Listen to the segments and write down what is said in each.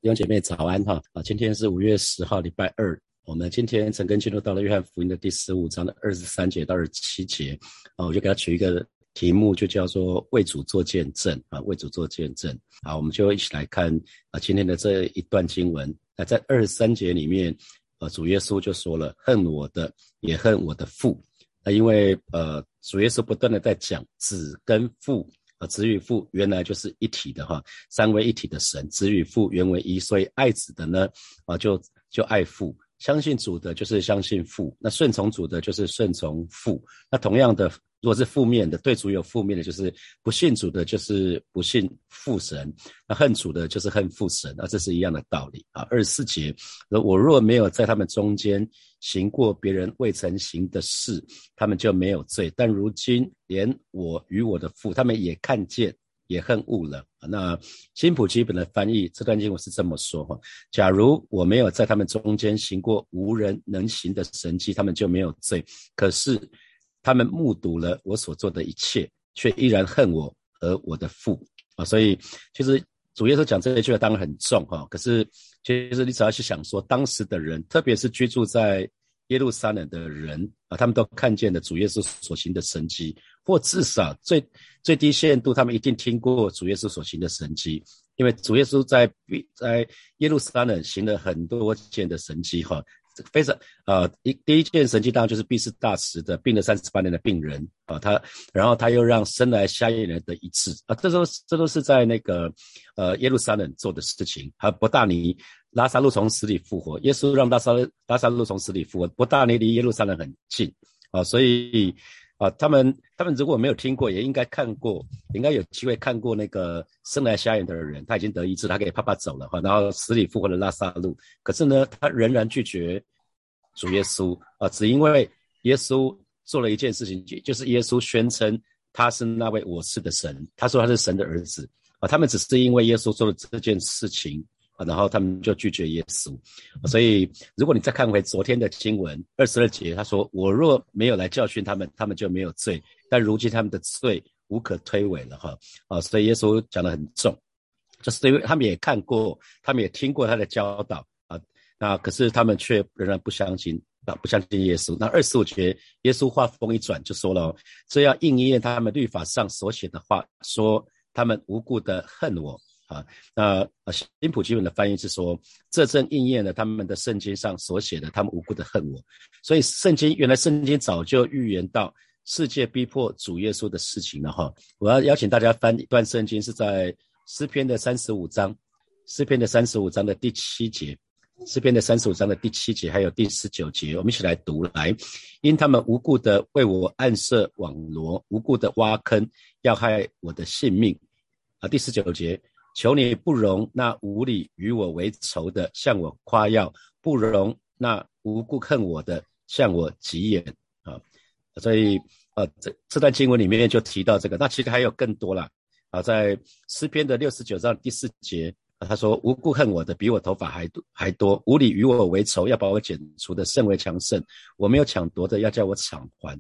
弟兄姐妹早安哈今天是5月10号礼拜二，我们今天陈根进入到了约翰福音的第15章的23节到27节我就给他取一个题目，就叫做为主做见证为主做见证。好，我们就一起来看今天的这一段经文。在23节里面主耶稣就说了，恨我的也恨我的父。因为主耶稣不断的在讲子跟父子与父原来就是一体的三位一体的神，子与父原为一，所以爱子的呢就爱父，相信主的就是相信父，那顺从主的就是顺从父。那同样的，如果是负面的，对主有负面的，就是不信主的就是不信父神，那恨主的就是恨父神，这是一样的道理24节，我若没有在他们中间行过别人未曾行的事，他们就没有罪，但如今连我与我的父他们也看见也恨恶了。那新普基本的翻译这段经文是这么说假如我没有在他们中间行过无人能行的神迹，他们就没有罪，可是他们目睹了我所做的一切，却依然恨我和我的父所以其实主耶稣讲这一句话当然很重可是其实你只要去想说，当时的人特别是居住在耶路撒冷的人他们都看见了主耶稣所行的神迹，或至少最低限度他们一定听过主耶稣所行的神迹，因为主耶稣在耶路撒冷行了很多件的神迹非常第一件神迹当然就是毕士大池的病了38年的病人然后他又让生来瞎眼人的医治这都是在那个耶路撒冷做的事情。还有伯大尼拉撒路从死里复活，耶稣让拉撒路从死里复活，伯大尼离耶路撒冷很近所以他们如果没有听过，也应该看过，应该有机会看过那个生来瞎眼的人，他已经得医治，他可以啪啪走了然后死里复活的拉撒路，可是呢他仍然拒绝主耶稣只因为耶稣做了一件事情，就是耶稣宣称他是那位我是的神，他说他是神的儿子他们只是因为耶稣做了这件事情然后他们就拒绝耶稣所以如果你再看回昨天的经文22节，他说我若没有来教训他们，他们就没有罪，但如今他们的罪无可推诿了所以耶稣讲得很重，就是因为他们也看过，他们也听过他的教导那可是他们却仍然不相信耶稣。那25节耶稣话锋一转就说了这要应验他们律法上所写的话，说他们无故的恨我那新普基本的翻译是说，这正应验了他们的圣经上所写的，他们无故的恨我。所以原来圣经早就预言到世界逼迫主耶稣的事情了我要邀请大家翻一段圣经，是在诗篇的35章的第7节，诗篇的35章的第7节还有第19节，我们一起来读来。因他们无故的为我暗设网罗，无故的挖坑，要害我的性命第19节，求你不容那无理与我为仇的向我夸耀，不容那无故恨我的向我急眼所以这段经文里面就提到这个。那其实还有更多啦在诗篇的69章第4节他说无故恨我的比我头发还多，无理与我为仇，要把我剪除的甚为强盛，我没有抢夺的要叫我偿还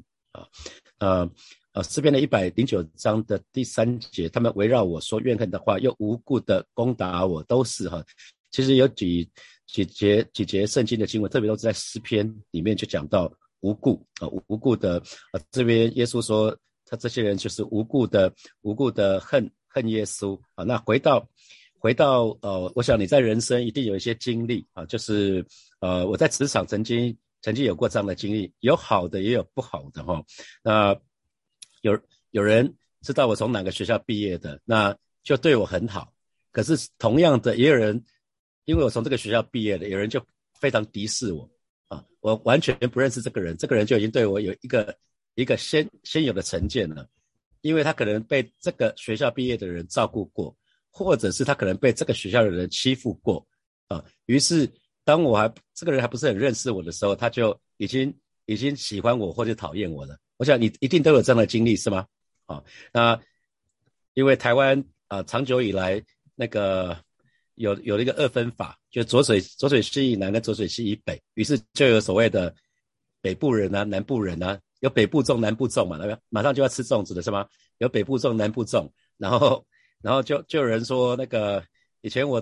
诗篇的109章的第3节，他们围绕我说怨恨的话，又无故的攻打我，都是其实有几节圣经的经文，特别都是在诗篇里面就讲到无故的这边耶稣说他这些人就是无故的恨耶稣那回到我想你在人生一定有一些经历就是我在职场曾经有过这样的经历，有好的也有不好的那有人知道我从哪个学校毕业的，那就对我很好，可是同样的也有人因为我从这个学校毕业的，有人就非常敌视我我完全不认识这个人就已经对我有一个先有的成见了，因为他可能被这个学校毕业的人照顾过，或者是他可能被这个学校的人欺负过于是当这个人还不是很认识我的时候，他就已经喜欢我或者讨厌我了。我想你一定都有这样的经历是吗那因为台湾长久以来那个有了一个2分法，就左水溪以南跟左水溪以北，于是就有所谓的北部人南部人有北部种南部种嘛，马上就要吃粽子的是吗？有北部种南部种，然后就有人说那个以前我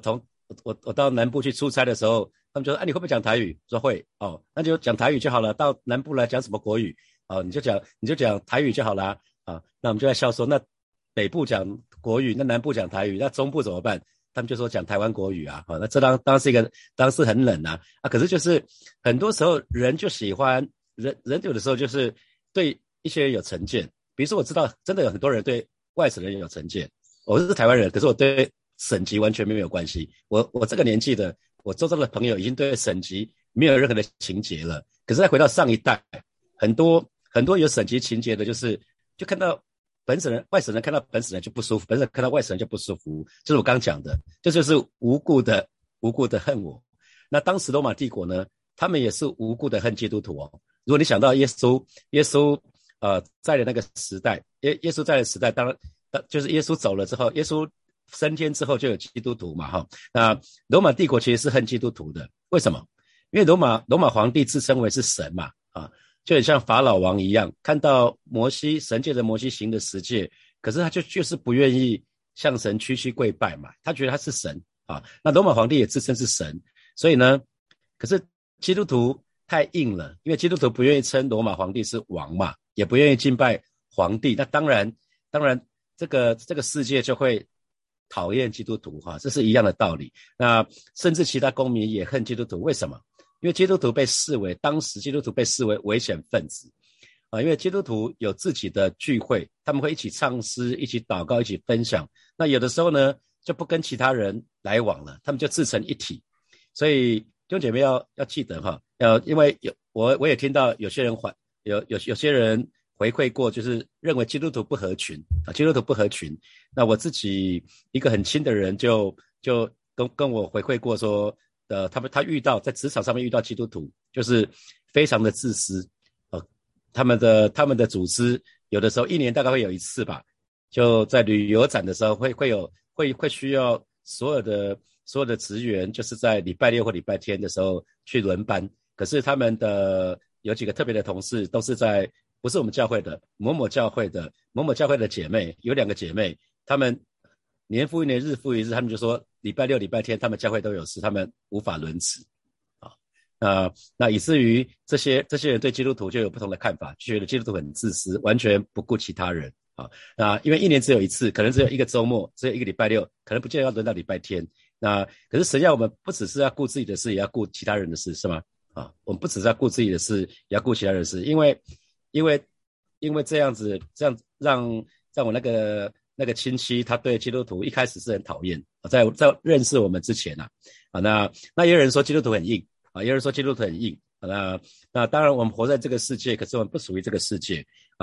我到南部去出差的时候，他们就说，你会不会讲台语？我说会，哦，那就讲台语就好了。到南部来讲什么国语？哦，你就讲台语就好啦。啊，那我们就在笑说，那北部讲国语，那南部讲台语，那中部怎么办？他们就说讲台湾国语啊。那这当是一个当时很冷啊。可是就是很多时候人就喜欢人有的时候就是对一些人有成见。比如说我知道真的有很多人对外省人有成见，我是台湾人，可是我对省级完全没有关系。我这个年纪的，我周遭的朋友已经对省级没有任何的情结了。可是再回到上一代，很多有省级情节的，就看到本省人、外省人看到本省人就不舒服，本省人看到外省人就不舒服，就是我刚讲的，这就是无故的恨我。那当时罗马帝国呢，他们也是无故的恨基督徒哦。如果你想到耶稣在的那个时代，耶稣在的时代，当然就是耶稣走了之后，耶稣升天之后就有基督徒嘛哈。那罗马帝国其实是恨基督徒的，为什么？因为罗马皇帝自称为是神嘛啊。就很像法老王一样，看到神借着摩西行的十诫，可是他就是不愿意向神屈膝跪拜嘛，他觉得他是神啊。那罗马皇帝也自称是神，所以呢，可是基督徒太硬了，因为基督徒不愿意称罗马皇帝是王嘛，也不愿意敬拜皇帝，那当然这个世界就会讨厌基督徒哈，这是一样的道理。那甚至其他公民也恨基督徒，为什么？因为当时基督徒被视为危险分子因为基督徒有自己的聚会，他们会一起唱诗，一起祷告，一起分享。那有的时候呢，就不跟其他人来往了，他们就自成一体。所以弟兄姐妹要记得哈，因为我也听到有些人有些人回馈过，就是认为基督徒不合群基督徒不合群。那我自己一个很亲的人就跟我回馈过说。他在职场上面遇到基督徒，就是非常的自私他们的组织有的时候一年大概会有一次吧，就在旅游展的时候会需要所有的职员，就是在礼拜六或礼拜天的时候去轮班。可是他们的有几个特别的同事都是不是我们教会的某某教会的姐妹，有2个姐妹，他们年复一年日复一日，他们就说礼拜六礼拜天他们教会都有事，他们无法轮值那以至于这些人对基督徒就有不同的看法，就觉得基督徒很自私，完全不顾其他人那因为一年只有一次，可能只有一个周末，只有一个礼拜六，可能不见得要轮到礼拜天。那可是神要我们不只是要顾自己的事，也要顾其他人的事，是吗？我们不只是要顾自己的事，也要顾其他人的事，因为这样让我那个亲戚，他对基督徒一开始是很讨厌在认识我们之前那也有人说基督徒很硬也有人说基督徒很硬那当然我们活在这个世界，可是我们不属于这个世界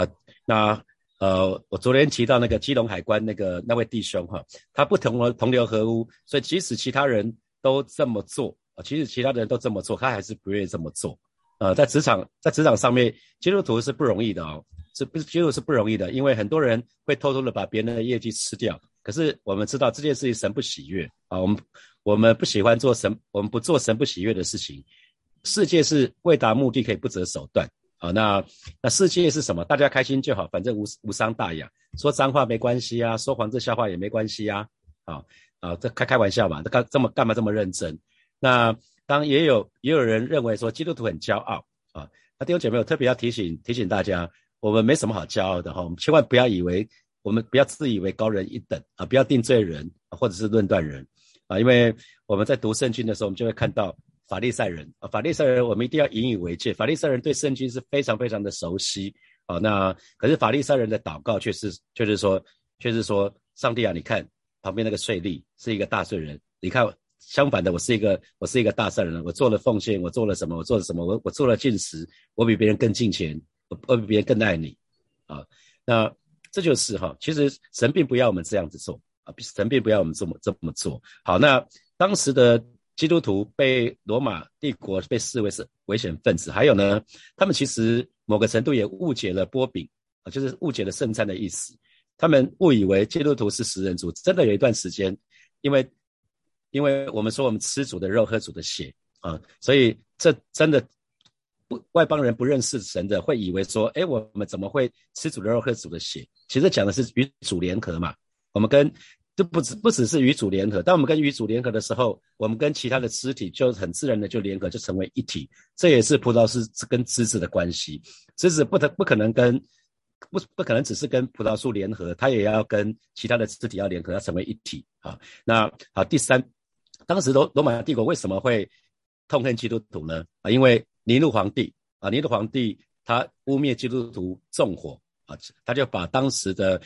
我昨天提到那个基隆海关那位弟兄他不同流合污，所以即使其他人都这么做他还是不愿意这么做在职场上面，基督徒是不容易的基督徒是不容易的，因为很多人会偷偷的把别人的业绩吃掉。可是我们知道这件事情神不喜悦我们不喜欢我们不做神不喜悦的事情。世界是为达目的可以不择手段那世界是什么？大家开心就好，反正无伤大雅，说脏话没关系说黄色笑话也没关系这开玩笑嘛，干嘛这么认真？那当然也有人认为说基督徒很骄傲那弟兄姐妹，我特别要提醒大家，我们没什么好骄傲的我们千万不要自以为高人一等不要定罪人或者是论断人因为我们在读圣经的时候，我们就会看到法利赛人我们一定要引以为戒。法利赛人对圣经是非常非常的熟悉那可是法利赛人的祷告却是说上帝你看旁边那个税吏是一个大罪人，你看相反的，我是一个大善人，我做了奉献，我做了什么，我做了禁食，我比别人更敬虔，我比别人更爱你那这就是其实神并不要我们这样子做神并不要我们这么做好。那当时的基督徒被罗马帝国被视为是危险分子，还有呢，他们其实某个程度也误解了波饼就是误解了圣餐的意思。他们误以为基督徒是食人族，真的有一段时间，因为我们说我们吃主的肉喝主的血所以这真的外邦人不认识神的会以为说我们怎么会吃主的肉喝主的血？其实讲的是与主联合嘛，我们跟就不只是与主联合，当我们跟与主联合的时候，我们跟其他的肢体就很自然的就联合，就成为一体。这也是葡萄是跟枝子的关系，枝子不可能跟不可能只是跟葡萄树联合，它也要跟其他的肢体要联合，要成为一体啊。那好，第三，当时罗马帝国为什么会痛恨基督徒呢？因为尼禄皇帝他污蔑基督徒纵火。他就把当时的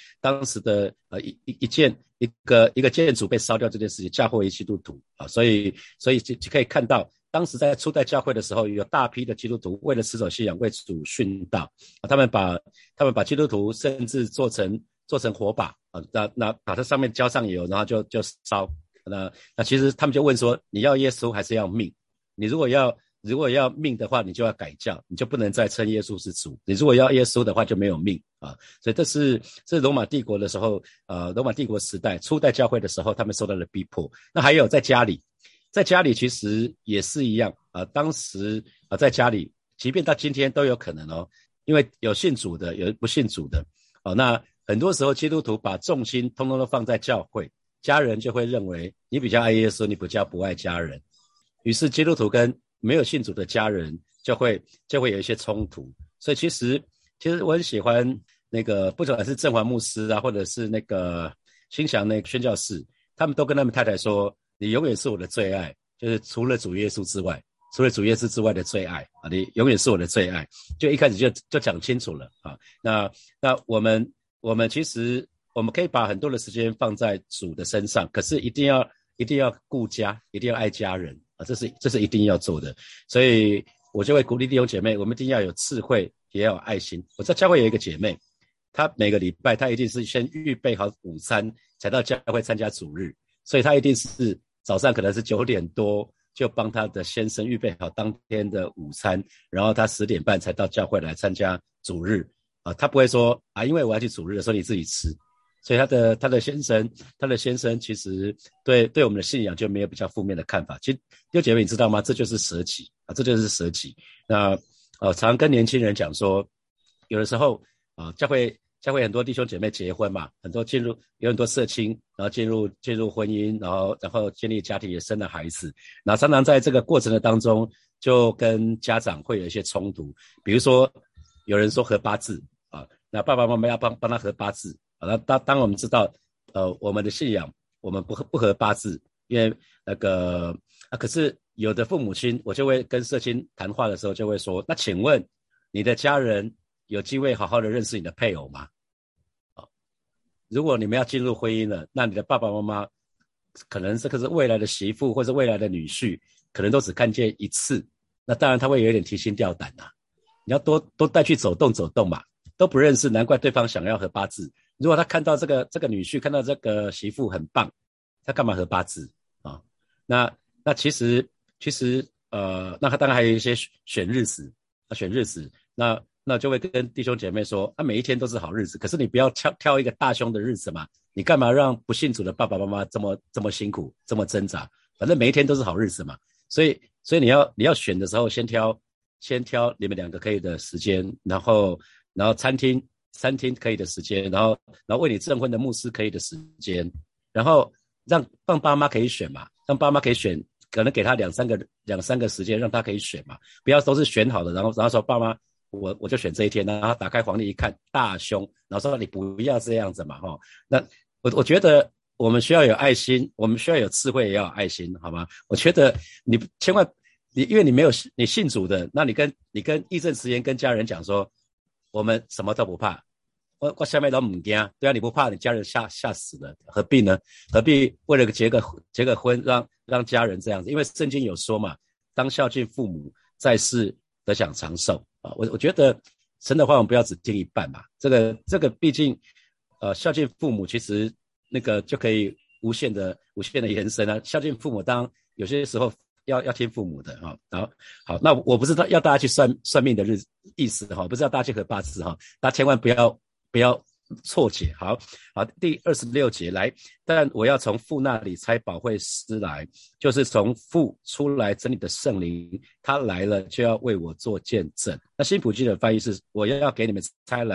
一个建筑被烧掉这件事情嫁祸于基督徒啊，所以就可以看到，当时在初代教会的时候，有大批的基督徒为了持守信仰为主殉道，他们把基督徒甚至做成火把啊，那把它上面浇上油，然后就烧。那其实他们就问说，你要耶稣还是要命？你如果要命的话，你就要改教，你就不能再称耶稣是主。你如果要耶稣的话，就没有命啊。所以这是罗马帝国的时候，罗马帝国时代初代教会的时候，他们受到了逼迫。那还有在家里其实也是一样啊。当时在家里，即便到今天都有可能哦，因为有信主的，有不信主的哦。那很多时候基督徒把重心通通都放在教会，家人就会认为你比较爱耶稣，你比较不爱家人。于是基督徒跟没有信主的家人就会有一些冲突。所以其实我很喜欢那个不管是正华牧师啊，或者是那个新祥那个宣教士，他们都跟他们太太说，你永远是我的最爱，就是除了主耶稣之外的最爱啊，你永远是我的最爱，就一开始就讲清楚了啊。那我们其实我们可以把很多的时间放在主的身上，可是一定要顾家，一定要爱家人啊，这是一定要做的。所以我就会鼓励弟兄姐妹，我们一定要有智慧，也要有爱心。我在教会有一个姐妹，她每个礼拜她一定是先预备好午餐才到教会参加主日，所以她一定是早上可能是9点多就帮她的先生预备好当天的午餐，然后她10点半才到教会来参加主日啊。她不会说因为我要去主日的时候你自己吃。所以他的先生其实对我们的信仰就没有比较负面的看法。其实弟兄姐妹你知道吗？这就是舍己啊，这就是舍己。那常跟年轻人讲说，有的时候教会很多弟兄姐妹结婚嘛，有很多社青，然后进入婚姻，然后建立家庭，也生了孩子，然后常常在这个过程的当中就跟家长会有一些冲突。比如说有人说合八字啊，那爸爸妈妈要帮他合八字。那当我们知道我们的信仰我们不合八字，因为那个可是有的父母亲，我就会跟社青谈话的时候就会说，那请问你的家人有机会好好的认识你的配偶吗？如果你们要进入婚姻了，那你的爸爸妈妈可能这个是未来的媳妇或者未来的女婿，可能都只看见一次，那当然他会有一点提心吊胆啊。你要多带去走动嘛，都不认识，难怪对方想要合八字。如果他看到这个女婿，看到这个媳妇很棒，他干嘛合八字啊？那其实那他当然还有一些选日子，那就会跟弟兄姐妹说，每一天都是好日子，可是你不要挑一个大凶的日子嘛，你干嘛让不信主的爸爸妈妈这么辛苦，这么挣扎？反正每一天都是好日子嘛，所以你要选的时候，先挑你们2个可以的时间，然后餐厅可以的时间，然后为你证婚的牧师可以的时间，然后让爸妈可以选嘛，让爸妈可以选，可能给他两三个时间让他可以选嘛，不要都是选好的，然后说爸妈我就选这一天，然后打开黄历一看大凶，然后说你不要这样子嘛那我觉得我们需要有爱心，我们需要有智慧也要有爱心，好吗？我觉得你千万因为你信主的，那你跟义正辞严跟家人讲说，我们什么都不怕，我下面都不怕，对啊，你不怕，你家人吓死了，何必呢？何必为了结个婚，让家人这样子？因为圣经有说嘛，当孝敬父母，在世得享长寿啊。我觉得神的话，我们不要只听一半嘛。这个毕竟孝敬父母，其实那个就可以无限的延伸啊。孝敬父母，当然有些时候要听父母的然后好，那我不是要大家去算命的意思不是要大家去合八字大家千万不要错解。好，第26节来，但我要从父那里差保惠师来，就是从父出来真理的圣灵，他来了就要为我做见证。那新普京的翻译是，我要给你们差来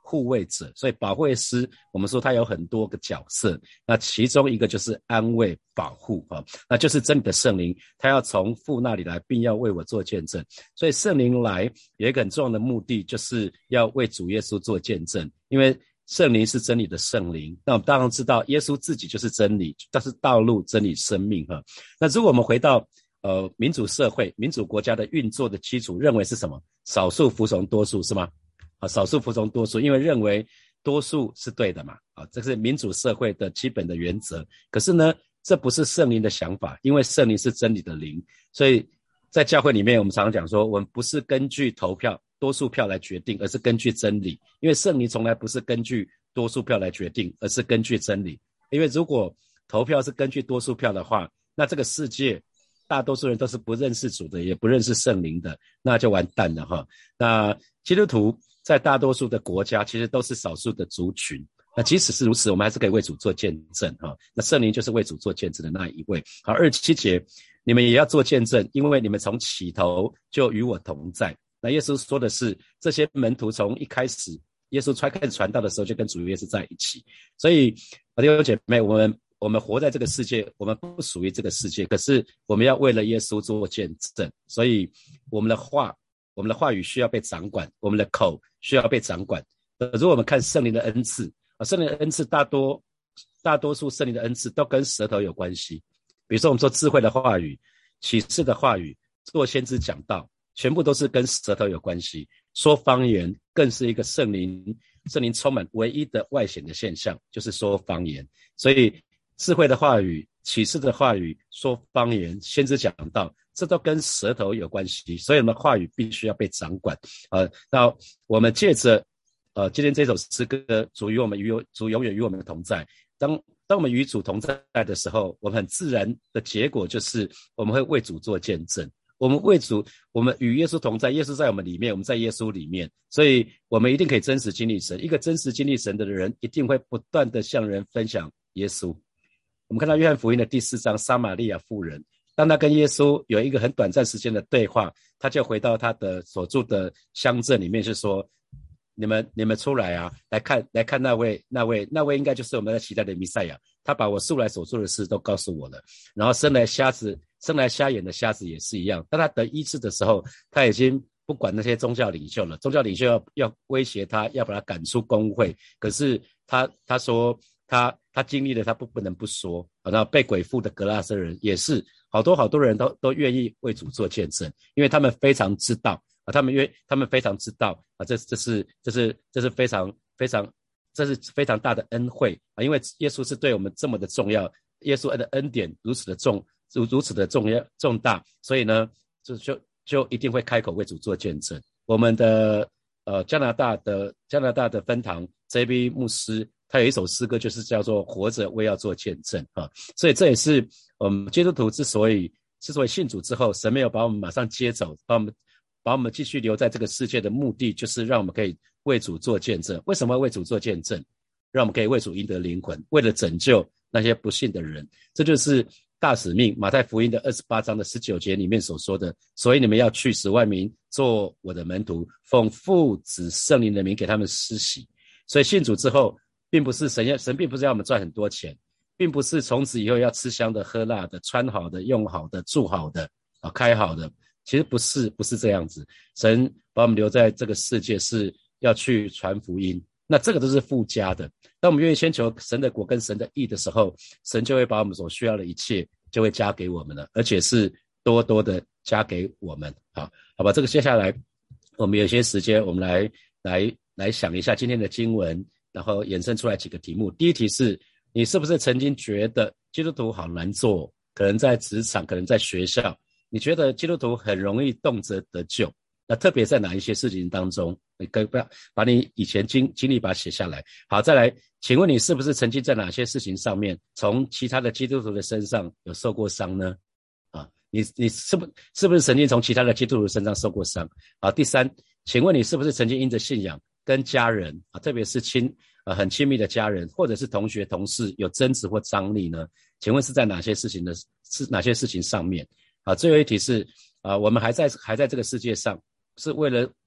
护卫者，所以保惠师我们说他有很多个角色，那其中一个就是安慰保护那就是真理的圣灵，他要从父那里来，并要为我做见证。所以圣灵来有一个很重要的目的，就是要为主耶稣做见证，因为圣灵是真理的圣灵，那我们当然知道耶稣自己就是真理，他是道路真理生命那如果我们回到民主社会民主国家的运作的基础，认为是什么？少数服从多数是吗？少数服从多数，因为认为多数是对的嘛这是民主社会的基本的原则。可是呢，这不是圣灵的想法，因为圣灵是真理的灵，所以在教会里面我们常常讲说，我们不是根据投票多数票来决定，而是根据真理，因为圣灵从来不是根据多数票来决定，而是根据真理。因为如果投票是根据多数票的话，那这个世界大多数人都是不认识主的，也不认识圣灵的，那就完蛋了那基督徒在大多数的国家其实都是少数的族群，那即使是如此，我们还是可以为主做见证那圣灵就是为主做见证的那一位。好，27节，你们也要做见证，因为你们从起头就与我同在。那耶稣说的是，这些门徒从一开始耶稣开始传道的时候就跟主耶稣在一起，所以弟兄姐妹，我们活在这个世界，我们不属于这个世界，可是我们要为了耶稣做见证，所以我们的话语需要被掌管，我们的口需要被掌管。如果我们看圣灵的恩赐圣灵的恩赐大多数圣灵的恩赐都跟舌头有关系。比如说我们说智慧的话语、启示的话语、做先知讲道，全部都是跟舌头有关系。说方言更是一个圣灵充满唯一的外显的现象，就是说方言。所以智慧的话语、启示的话语、说方言、先知讲道，这都跟舌头有关系，所以我们的话语必须要被掌管那我们借着今天这首诗歌，主永远与我们同在。当我们与主同在的时候，我们很自然的结果就是我们会为主做见证。我们为主，我们与耶稣同在，耶稣在我们里面，我们在耶稣里面，所以我们一定可以真实经历神。一个真实经历神的人，一定会不断的向人分享耶稣。我们看到约翰福音的第4章，撒玛利亚妇人，当他跟耶稣有一个很短暂时间的对话，他就回到他的所住的乡镇里面，是说你们出来来看那位应该就是我们在期待的弥赛亚，他把我素来所做的事都告诉我了。然后生来瞎眼的瞎子也是一样，当他得医治的时候，他已经不管那些宗教领袖了，宗教领袖要威胁他，要把他赶出公会，可是他说他经历了，他不能不说然后被鬼附的格拉森人也是好多人都愿意为主做见证，因为他们非常知道他们非常知道这是非常大的恩惠因为耶稣是对我们这么的重要，耶稣的恩典如此的重大，所以呢就一定会开口为主做见证。我们的加拿大的分堂 JB 牧师，他有一首诗歌就是叫做活着我也要做见证所以这也是基督徒之所以信主之后，神没有把我们马上接走，把我们继续留在这个世界的目的，就是让我们可以为主做见证。为什么要为主做见证？让我们可以为主赢得灵魂，为了拯救那些不信的人。这就是大使命，马太福音的28章的19节里面所说的，所以你们要去使万民做我的门徒，奉父子圣灵的名给他们施洗。所以信主之后，并不是神并不是要我们赚很多钱，并不是从此以后要吃香的喝辣的穿好的用好的住好的开好的，其实不是这样子。神把我们留在这个世界是要去传福音，那这个都是附加的。当我们愿意先求神的国跟神的义的时候，神就会把我们所需要的一切就会加给我们了，而且是多多的加给我们好吧。这个接下来我们有些时间，我们来想一下今天的经文，然后衍生出来几个题目。第一题是，你是不是曾经觉得基督徒好难做？可能在职场，可能在学校，你觉得基督徒很容易动辄得救，那特别在哪一些事情当中？你可以把你以前经历把它写下来。好，再来，请问你是不是曾经在哪些事情上面从其他的基督徒的身上有受过伤呢？你是不是曾经从其他的基督徒身上受过伤？好，第三，请问你是不是曾经因着信仰跟家人特别是很亲密的家人或者是同学同事有争执或张力呢？请问是在哪些事情上面？最后一题是我们还在这个世界上，是为了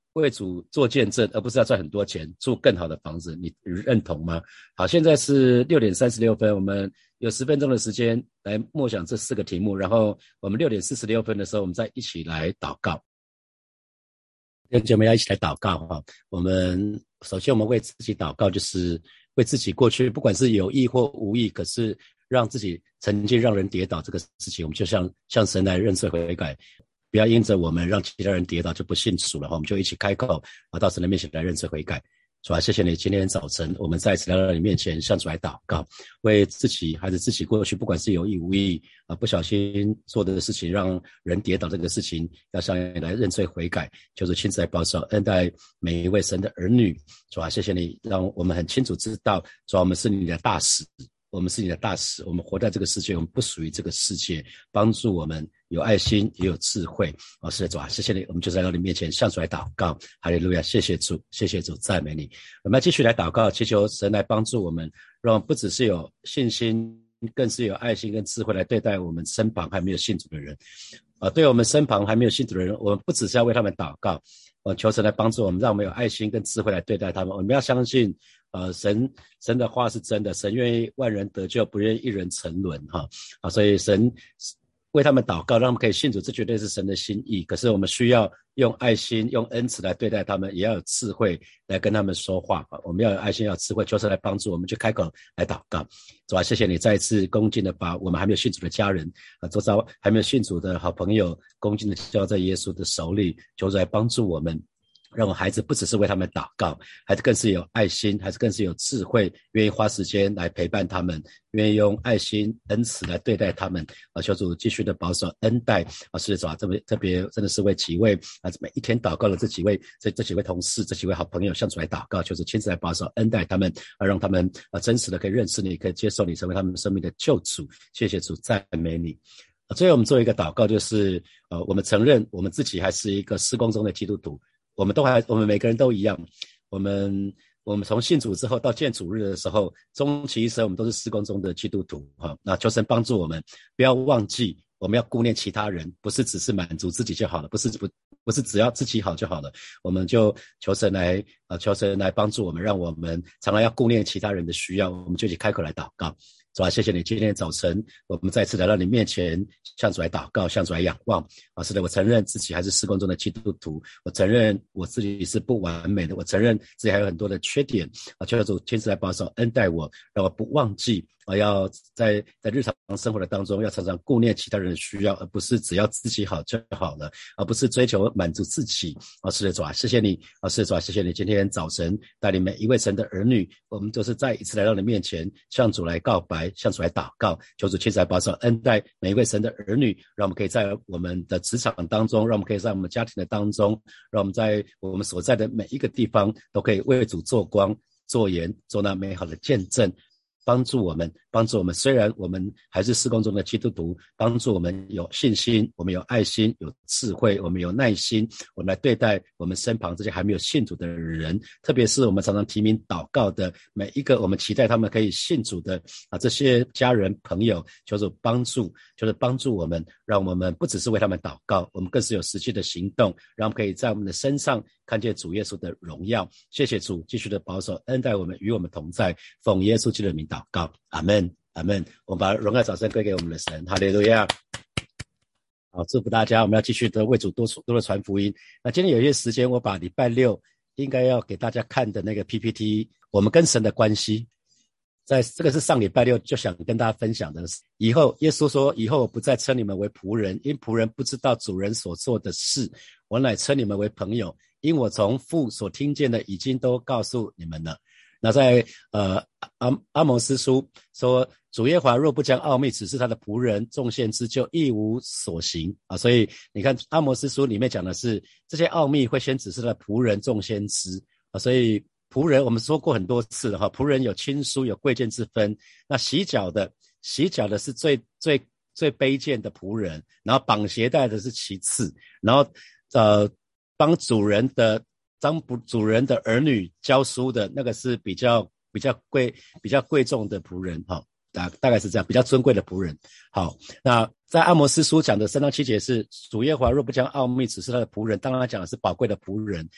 为主做见证，而不是要赚很多钱，住更好的房子，你认同吗？好，现在是6:36，我们有10分钟的时间来默想这4个题目，然后我们6:46的时候，我们再一起来祷告。弟兄姐妹要一起来祷告哈。我们首先我们为自己祷告，就是为自己过去不管是有意或无意，可是让自己曾经让人跌倒这个事情，我们就向神来认罪悔改，不要因着我们让其他人跌倒就不信主了，我们就一起开口到神的面前来认罪悔改。主啊，谢谢你今天早晨我们再次来到你面前向主来祷告，为自己还是自己过去不管是有意无意不小心做的事情让人跌倒这个事情，要向你来认罪悔改，就是亲自来保守恩待每一位神的儿女。主啊，谢谢你让我们很清楚知道，主啊，我们是你的大使，我们是你的大使，我们活在这个世界，我们不属于这个世界，帮助我们有爱心也有智慧。是的，主啊，谢谢你，我们就在到你面前向主来祷告。哈利路亚，谢谢主，谢谢主，赞美你。我们要继续来祷告，祈求神来帮助我们，让我们不只是有信心，更是有爱心跟智慧来对待我们身旁还没有信主的人。对我们身旁还没有信主的人，我们不只是要为他们祷告，求神来帮助我们，让我们有爱心跟智慧来对待他们。我们要相信神的话是真的，神愿意万人得救，不愿意一人沉沦所以神为他们祷告，让他们可以信主，这绝对是神的心意。可是我们需要用爱心用恩慈来对待他们，也要有智慧来跟他们说话。我们要有爱心要有智慧，求神来帮助我们，就开口来祷告。主啊，谢谢你再一次恭敬的把我们还没有信主的家人周遭还没有信主的好朋友恭敬的交在耶稣的手里，求主来帮助我们，让我孩子不只是为他们祷告，孩子更是有爱心，孩子更是有智慧，愿意花时间来陪伴他们，愿意用爱心恩慈来对待他们求主继续的保守恩待是的，主啊，特别真的是为几位每一天祷告的这几位同事，这几位好朋友向主来祷告，求主亲自来保守恩待他们让他们真实的可以认识你，可以接受你成为他们生命的救主。谢谢主，赞美你。最后我们做一个祷告，就是我们承认我们自己还是一个事工中的基督徒，我们每个人都一样，我们从信主之后到见主日的时候，终其一生我们都是事工中的基督徒那求神帮助我们，不要忘记我们要顾念其他人，不是只是满足自己就好了，不是只要自己好就好了，我们就求神来帮助我们，让我们常常要顾念其他人的需要，我们就一起开口来祷告。主啊，谢谢你今天早晨我们再次来到你面前，向主来祷告，向主来仰望是的，我承认自己还是事工中的基督徒，我承认我自己是不完美的，我承认自己还有很多的缺点求主亲自来保守恩待我，让我不忘记要在日常生活的当中要常常顾念其他人的需要，而不是只要自己好就好了，而不是追求满足自己是的，主啊，谢谢你是的，主啊，谢谢你今天早晨带领每一位神的儿女，我们都是再一次来到你面前，向主来告白，向主来祷告，求主亲自来保守恩待每一位神的儿女，让我们可以在我们的职场当中，让我们可以在我们家庭的当中，让我们在我们所在的每一个地方都可以为主做光做盐，做那美好的见证，帮助我们，虽然我们还是事工中的基督徒，帮助我们有信心，我们有爱心，有智慧，我们有耐心，我们来对待我们身旁这些还没有信主的人，特别是我们常常提名祷告的每一个我们期待他们可以信主的这些家人朋友，求主帮助，就是帮助我们，让我们不只是为他们祷告，我们更是有实际的行动，让我们可以在我们的身上看见主耶稣的荣耀。谢谢主继续的保守恩待我们，与我们同在，奉耶稣基督的名祷告，阿们阿们。我们把荣耀掌声归给我们的神，哈利路亚。好，祝福大家，我们要继续的为主多的传福音。那今天有一些时间，我把礼拜六应该要给大家看的那个 PPT， 我们跟神的关系，在这个是上礼拜六就想跟大家分享的。以后耶稣说，以后我不再称你们为仆人，因仆人不知道主人所做的事，我乃称你们为朋友，因我从父所听见的已经都告诉你们了。那在阿摩司书说，主耶和华若不将奥秘指示他的仆人众先知，就一无所行所以你看阿摩司书里面讲的是这些奥秘会先指示他的仆人众先知所以仆人我们说过很多次了仆人有亲疏有贵贱之分，那洗脚的是最卑贱的仆人，然后绑鞋带的是其次，然后帮主人的儿女教书的那个是比较贵重的仆人大概是这样，比较尊贵的仆人。好，那在阿摩司书讲的3到7节是主耶和华若不将奥秘指示他的仆人，当然他讲的是宝贵的仆人。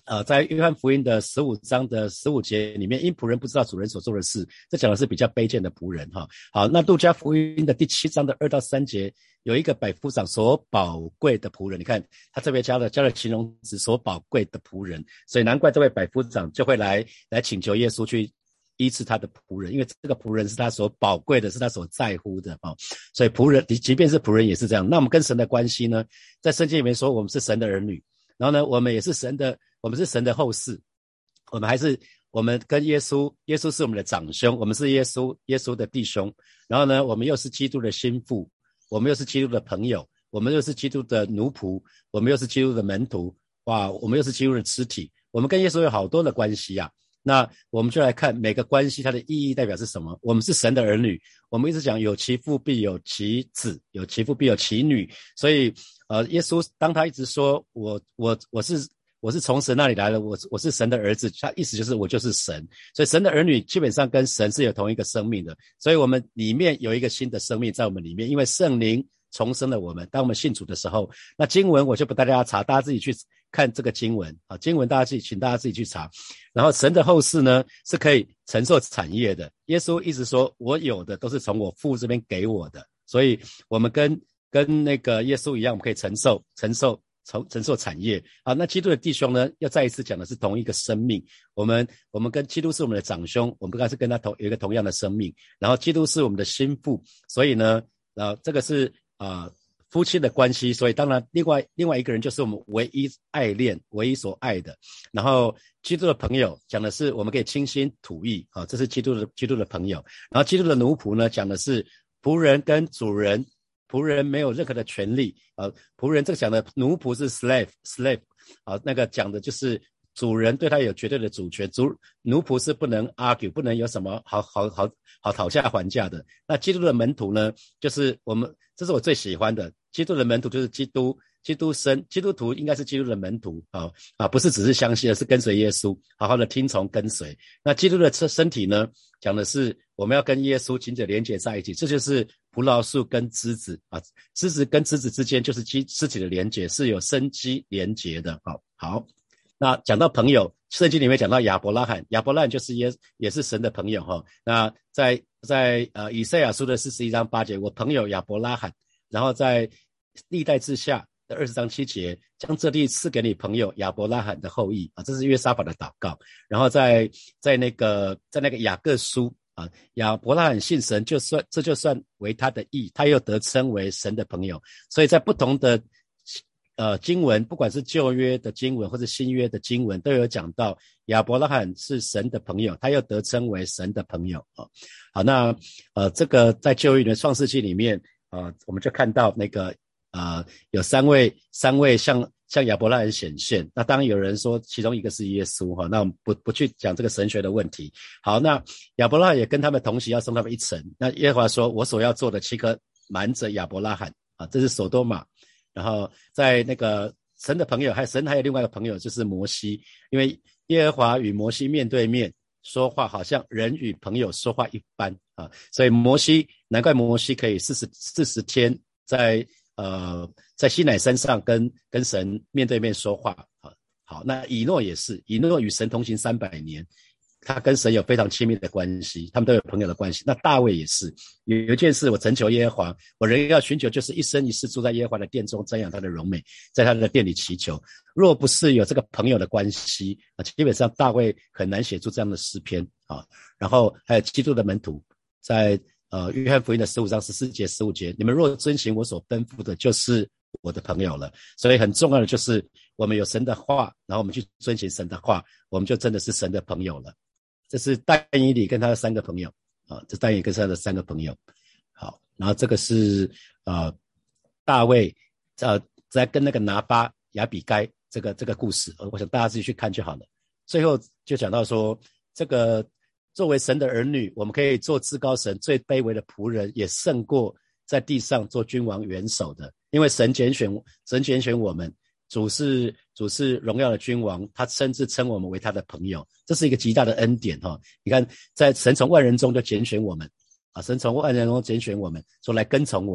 在约翰福音的15章的15节里面，因仆人不知道主人所做的事，这讲的是比较卑贱的仆人哈。好，那路加福音的第7章的2到3节，有一个百夫长所宝贵的仆人，你看他特别加了形容词所宝贵的仆人，所以难怪这位百夫长就会来请求耶稣去医治他的仆人，因为这个仆人是他所宝贵的，是他所在乎的哦。所以仆人即便是仆人也是这样。那我们跟神的关系呢，在圣经里面说我们是神的儿女，然后呢我们也是神的后嗣，我们跟耶稣是我们的长兄，我们是耶稣的弟兄，然后呢我们又是基督的心腹，我们又是基督的朋友，我们又是基督的奴仆，我们又是基督的门徒，哇，我们又是基督的肢体，我们跟耶稣有好多的关系啊。那我们就来看每个关系它的意义代表是什么。我们是神的儿女，我们一直讲有其父必有其子，有其父必有其女，所以耶稣当他一直说我是从神那里来的，我是神的儿子，他意思就是我就是神。所以神的儿女基本上跟神是有同一个生命的，所以我们里面有一个新的生命在我们里面，因为圣灵重生了我们。当我们信主的时候，那经文我就不带大家查，大家自己去看这个经文啊，经文请大家自己去查。然后神的后嗣呢是可以承受产业的，耶稣一直说我有的都是从我父这边给我的，所以我们跟那个耶稣一样，我们可以承受产业啊。那基督的弟兄呢，要再一次讲的是同一个生命。我们跟基督是我们的长兄，我们刚才是跟他有一个同样的生命。然后基督是我们的心腹，所以呢，这个是夫妻的关系。所以当然另外一个人就是我们唯一爱恋、唯一所爱的。然后基督的朋友讲的是我们可以倾心吐意啊，这是基督的朋友。然后基督的奴仆呢，讲的是仆人跟主人。仆人没有任何的权利，仆人这个讲的奴仆是 slave， 那个讲的就是主人对他有绝对的主权，奴仆是不能 argue， 不能有什么好讨价还价的。那基督的门徒呢，就是这是我最喜欢的，基督的门徒就是基督徒应该是基督的门徒不是只是相信，而是跟随耶稣，好好的听从跟随。那基督的身体呢，讲的是我们要跟耶稣紧紧连结在一起，这就是葡萄树跟枝子枝子跟枝子之间就是肢体的连结，是有生机连结的。好，那讲到朋友，圣经里面讲到亚伯拉罕就是也是神的朋友那在以赛亚书的41章8节，我朋友亚伯拉罕，然后在历代志下的20章7节，将这地赐给你朋友亚伯拉罕的后裔这是约沙法的祷告。然后在那个雅各书亚伯拉罕信神，这就算为他的义，他又得称为神的朋友。所以在不同的经文，不管是旧约的经文或是新约的经文，都有讲到亚伯拉罕是神的朋友，他又得称为神的朋友好，那这个在旧约的创世纪里面我们就看到那个有三位向亚伯拉罕显现。那当然有人说其中一个是耶稣那我们不去讲这个神学的问题。好，那亚伯拉罕也跟他们同席，要送他们一程。那耶和华说，我所要做的7颗瞒着亚伯拉罕这是所多玛。然后在那个神的朋友，神还有另外一个朋友就是摩西，因为耶和华与摩西面对面说话，好像人与朋友说话一般所以难怪摩西可以40天在西乃山上跟神面对面说话好，那以诺也是，以诺与神同行300年，他跟神有非常亲密的关系，他们都有朋友的关系。那大卫也是，有一件事，我曾求耶和华，我仍要寻求，就是一生一世住在耶和华的殿中，瞻仰他的荣美，在他的殿里祈求。若不是有这个朋友的关系基本上大卫很难写出这样的诗篇然后还有基督的门徒，在约翰福音的15章14节15节，你们若遵行我所吩咐的，就是我的朋友了。所以很重要的就是我们有神的话，然后我们去遵行神的话，我们就真的是神的朋友了。这是但以理跟他的3个朋友这但以理跟他的3个朋友。好，然后这个是大卫在跟那个拿巴亚比该这个故事我想大家自己去看就好了。最后就讲到说，这个作为神的儿女，我们可以做至高神最卑微的仆人，也胜过在地上做君王元首的。因为神拣选我们，主是荣耀的君王，他甚至称我们为他的朋友，这是一个极大的恩典你看，在神从万人中就拣选我们神从万人中拣选我们，说来跟从我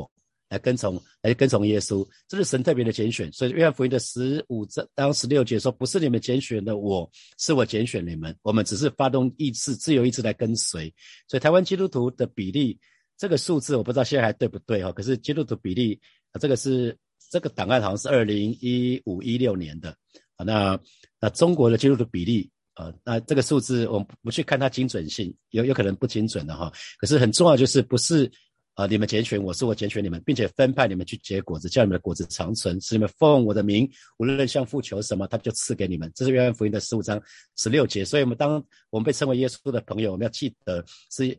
来跟从耶稣，这是神特别的拣选。所以约翰福音的15章16节说，不是你们拣选的我，是我拣选你们，我们只是发动意志，自由意志来跟随。所以台湾基督徒的比例，这个数字我不知道现在还对不对，可是基督徒比例这个档案好像是2015-16年的。那中国的基督徒比例那这个数字我们不去看它精准性，有可能不精准的可是很重要就是不是你们拣选我，是我拣选你们，并且分派你们去结果子，叫你们的果子长存，使你们奉我的名无论向父求什么，他就赐给你们。这是约翰福音的15章16节。所以当我们被称为耶稣的朋友，我们要记得是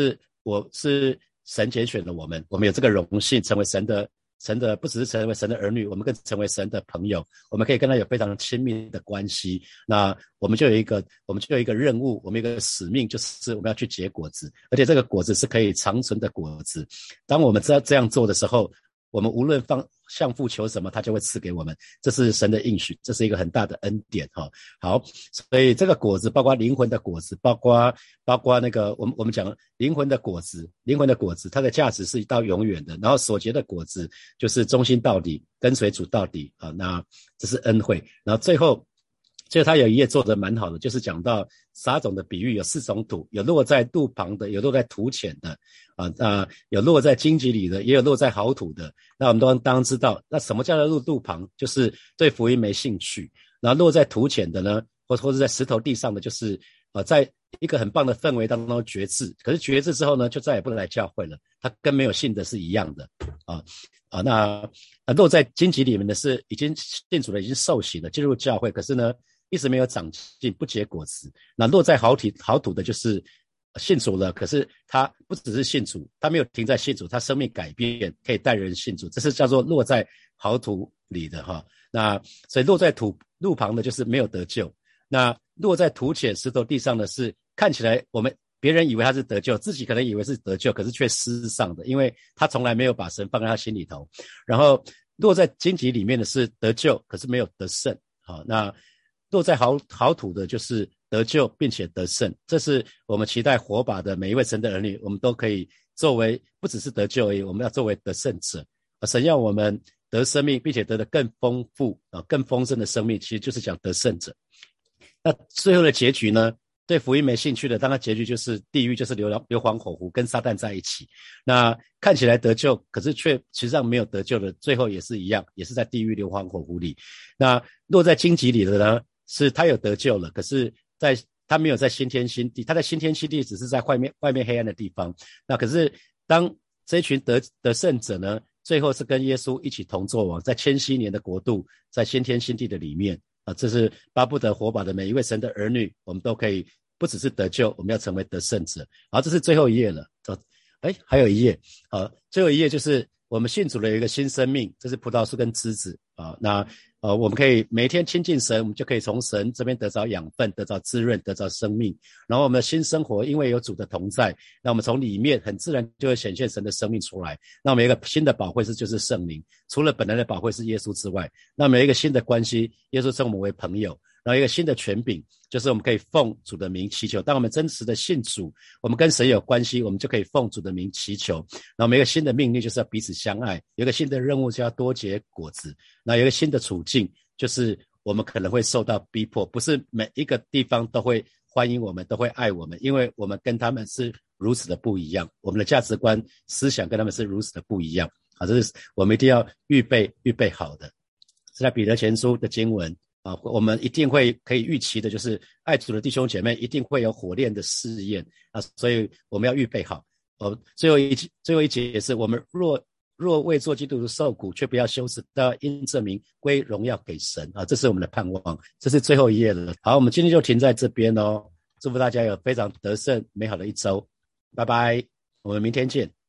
神拣选了我们有这个荣幸成为神的不只是成为神的儿女，我们更成为神的朋友，我们可以跟他有非常亲密的关系。那我们就有一个任务，我们有一个使命，就是我们要去结果子，而且这个果子是可以长存的果子。当我们知道这样做的时候，我们无论向父求什么，他就会赐给我们，这是神的应许，这是一个很大的恩典好，所以这个果子包括灵魂的果子，包括那个我们讲灵魂的果子，它的价值是到永远的。然后所结的果子就是忠心到底，跟随主到底那这是恩惠。然后最后他有一页做得蛮好的，就是讲到撒种的比喻，有4种土，有落在路旁的，有落在土浅的有落在荆棘里的，也有落在好土的。那我们都当然知道，那什么叫做路旁，就是对福音没兴趣。然后落在土浅的呢，或者在石头地上的，就是在一个很棒的氛围当中决志，可是决志之后呢，就再也不来教会了，他跟没有信的是一样的那落在荆棘里面的是已经信主了，已经受洗了，进入教会，可是呢一直没有长进，不结果子。那落在好土的就是信主了，可是他不只是信主，他没有停在信主，他生命改变，可以带人信主，这是叫做落在好土里的那所以落在路旁的就是没有得救。那落在土浅石头地上的是看起来别人以为他是得救，自己可能以为是得救，可是却失丧的，因为他从来没有把神放在他心里头。然后落在荆棘里面的是得救，可是没有得胜那落在好土的就是得救并且得胜。这是我们期待火把的每一位神的儿女，我们都可以作为不只是得救而已，我们要作为得胜者。神要我们得生命，并且得的更丰富更丰盛的生命，其实就是讲得胜者。那最后的结局呢，对福音没兴趣的，当然结局就是地狱，就是硫磺火湖，跟撒旦在一起。那看起来得救，可是却实际上没有得救的，最后也是一样，也是在地狱硫磺火湖里。那落在荆棘里的呢，是他有得救了，可是他没有在新天新地，他在新天新地只是在外面黑暗的地方。那可是当这一群得胜者呢，最后是跟耶稣一起同作王，在1000年的国度，在新天新地的里面这是巴不得火把的每一位神的儿女，我们都可以不只是得救，我们要成为得胜者。好，这是最后一页了还有一页最后一页就是我们信主了有一个新生命，这是葡萄树跟枝子那我们可以每天亲近神，我们就可以从神这边得着养分，得着滋润，得着生命。然后我们的新生活因为有主的同在，那我们从里面很自然就会显现神的生命出来。那我们有一个新的保惠师就是圣灵，除了本来的保惠师耶稣之外，那我们有一个新的关系，耶稣称我们为朋友。然后一个新的权柄，就是我们可以奉主的名祈求。当我们真实的信主，我们跟神有关系，我们就可以奉主的名祈求。然后我们有一个新的命令，就是要彼此相爱。有一个新的任务，就要多结果子。那有一个新的处境，就是我们可能会受到逼迫，不是每一个地方都会欢迎我们，都会爱我们，因为我们跟他们是如此的不一样，我们的价值观思想跟他们是如此的不一样这是我们一定要预备好的。是在彼得前书的经文我们一定会可以预期的，就是爱主的弟兄姐妹一定会有火炼的试验所以我们要预备好最后一节也是我们若为做基督徒受苦，却不要羞耻，都要因这名归荣耀给神这是我们的盼望。这是最后一页了。好，我们今天就停在这边祝福大家有非常得胜美好的一周，拜拜，我们明天见。